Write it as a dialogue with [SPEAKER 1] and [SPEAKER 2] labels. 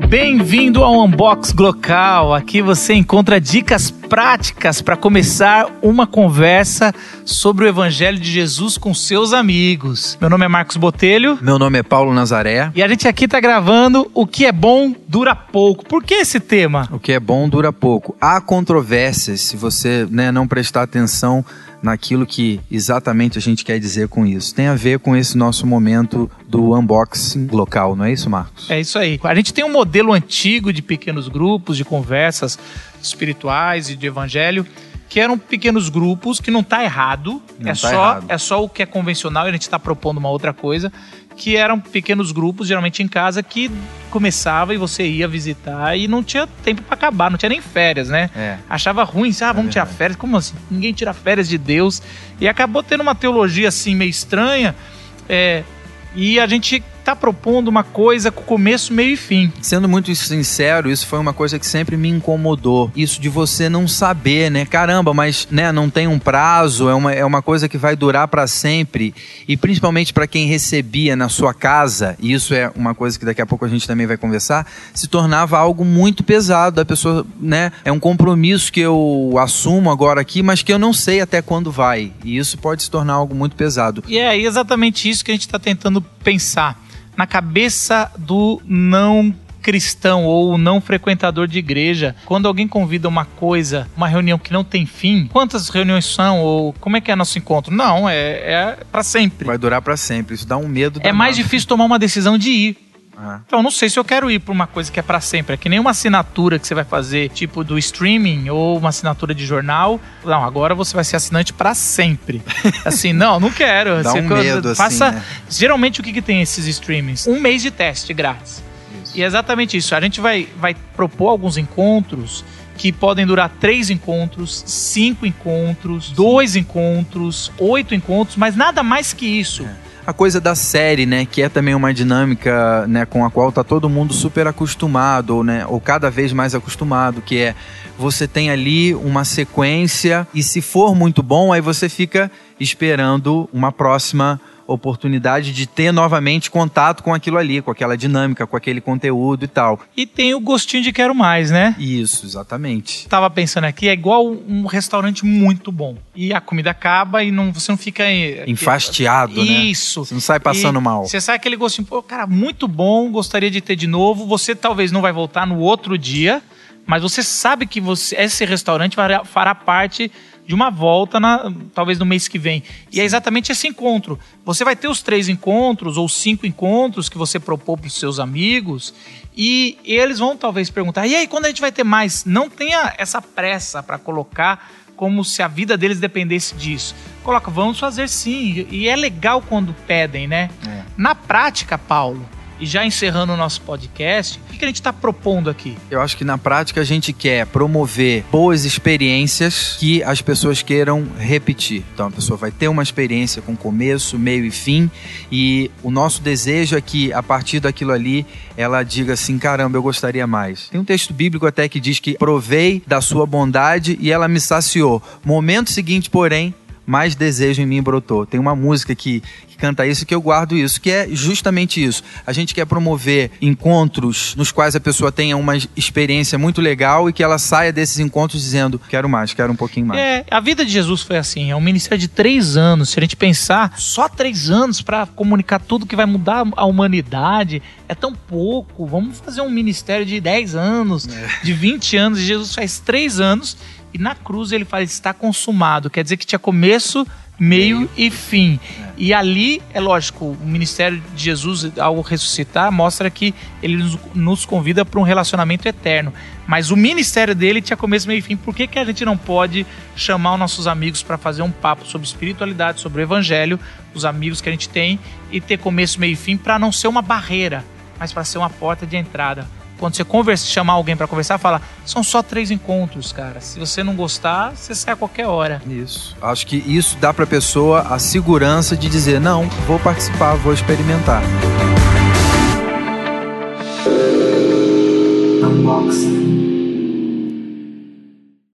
[SPEAKER 1] Bem-vindo ao Unbox Glocal. Aqui você encontra dicas práticas para começar uma conversa sobre o Evangelho de Jesus com seus amigos. Meu nome é Marcos Botelho.
[SPEAKER 2] Meu nome é Paulo Nazaré.
[SPEAKER 1] E a gente aqui está gravando O que é bom dura pouco. Por que esse tema?
[SPEAKER 2] O que é bom dura pouco. Há controvérsias se você não prestar atenção naquilo que exatamente a gente quer dizer com isso. Tem a ver com esse nosso momento do unboxing local, não é isso, Marcos?
[SPEAKER 1] É isso aí. A gente tem um modelo antigo de pequenos grupos, de conversas espirituais e de evangelho, que eram pequenos grupos, que não está errado. É só o que é convencional e a gente está propondo uma outra coisa, que eram pequenos grupos, geralmente em casa, que começava e você ia visitar e não tinha tempo para acabar, não tinha nem férias, né? Achava ruim, vamos tirar férias? Como assim? Ninguém tira férias de Deus. E acabou tendo uma teologia assim meio estranha, e a gente tá propondo uma coisa com começo, meio e fim.
[SPEAKER 2] Sendo muito sincero, isso foi uma coisa que sempre me incomodou. Isso de você não saber, Caramba, mas não tem um prazo, é uma coisa que vai durar para sempre. E principalmente para quem recebia na sua casa, e isso é uma coisa que daqui a pouco a gente também vai conversar, se tornava algo muito pesado. A pessoa, é um compromisso que eu assumo agora aqui, mas que eu não sei até quando vai. E isso pode se tornar algo muito pesado.
[SPEAKER 1] E é exatamente isso que a gente está tentando pensar. Na cabeça do não cristão ou não frequentador de igreja, quando alguém convida uma reunião que não tem fim, quantas reuniões são? Ou como é que é nosso encontro? Não, é para sempre.
[SPEAKER 2] Vai durar para sempre, isso dá um medo.
[SPEAKER 1] É mais difícil tomar uma decisão de ir. Então, não sei se eu quero ir para uma coisa que é para sempre. É que nem uma assinatura que você vai fazer, tipo do streaming ou uma assinatura de jornal. Não, agora você vai ser assinante para sempre. Assim, não quero.
[SPEAKER 2] Dá um medo,
[SPEAKER 1] faça. Geralmente, o que tem esses streamings? 1 mês de teste grátis. Isso. E é exatamente isso. A gente vai propor alguns encontros que podem durar 3 encontros, 5 encontros, 2 encontros, 8 encontros, mas nada mais que isso.
[SPEAKER 2] A coisa da série, que é também uma dinâmica, com a qual tá todo mundo super acostumado, ou cada vez mais acostumado, que é você tem ali uma sequência e se for muito bom, aí você fica esperando uma próxima oportunidade de ter novamente contato com aquilo ali, com aquela dinâmica, com aquele conteúdo e tal.
[SPEAKER 1] E tem o gostinho de quero mais, né?
[SPEAKER 2] Isso, exatamente.
[SPEAKER 1] Tava pensando aqui, é igual um restaurante muito bom. E a comida acaba e você não fica
[SPEAKER 2] enfastiado,
[SPEAKER 1] Isso.
[SPEAKER 2] Você não sai passando mal.
[SPEAKER 1] Você sai aquele gostinho, cara, muito bom, gostaria de ter de novo. Você talvez não vai voltar no outro dia, mas você sabe que esse restaurante fará parte de uma volta, talvez no mês que vem. E é exatamente esse encontro. Você vai ter os 3 encontros ou 5 encontros que você propôs para os seus amigos e eles vão talvez perguntar, e aí, quando a gente vai ter mais? Não tenha essa pressa para colocar como se a vida deles dependesse disso. Coloca, vamos fazer sim. E é legal quando pedem, Na prática, Paulo, e já encerrando o nosso podcast, o que a gente está propondo aqui?
[SPEAKER 2] Eu acho que na prática a gente quer promover boas experiências que as pessoas queiram repetir. Então a pessoa vai ter uma experiência com começo, meio e fim, e o nosso desejo é que a partir daquilo ali ela diga assim, caramba, eu gostaria mais. Tem um texto bíblico até que diz que provei da sua bondade e ela me saciou. Momento seguinte, porém, mais desejo em mim brotou. Tem uma música que canta isso, que eu guardo isso, que é justamente isso. A gente quer promover encontros nos quais a pessoa tenha uma experiência muito legal e que ela saia desses encontros dizendo, quero mais, quero um pouquinho mais.
[SPEAKER 1] A vida de Jesus foi assim, é um ministério de 3 anos. Se a gente pensar, só 3 anos para comunicar tudo que vai mudar a humanidade, é tão pouco. Vamos fazer um ministério de 10 anos, de 20 anos, e Jesus faz 3 anos, e na cruz ele fala, está consumado, quer dizer que tinha começo, meio e fim. E ali, é lógico, o ministério de Jesus, ao ressuscitar, mostra que ele nos convida para um relacionamento eterno. Mas o ministério dele tinha começo, meio e fim. Por que a gente não pode chamar os nossos amigos para fazer um papo sobre espiritualidade, sobre o evangelho, os amigos que a gente tem, e ter começo, meio e fim, para não ser uma barreira, mas para ser uma porta de entrada? Quando você chamar alguém para conversar, fala, são só 3 encontros, cara. Se você não gostar, você sai a qualquer hora.
[SPEAKER 2] Isso. Acho que isso dá para a pessoa a segurança de dizer, não, vou participar, vou experimentar. Unboxing.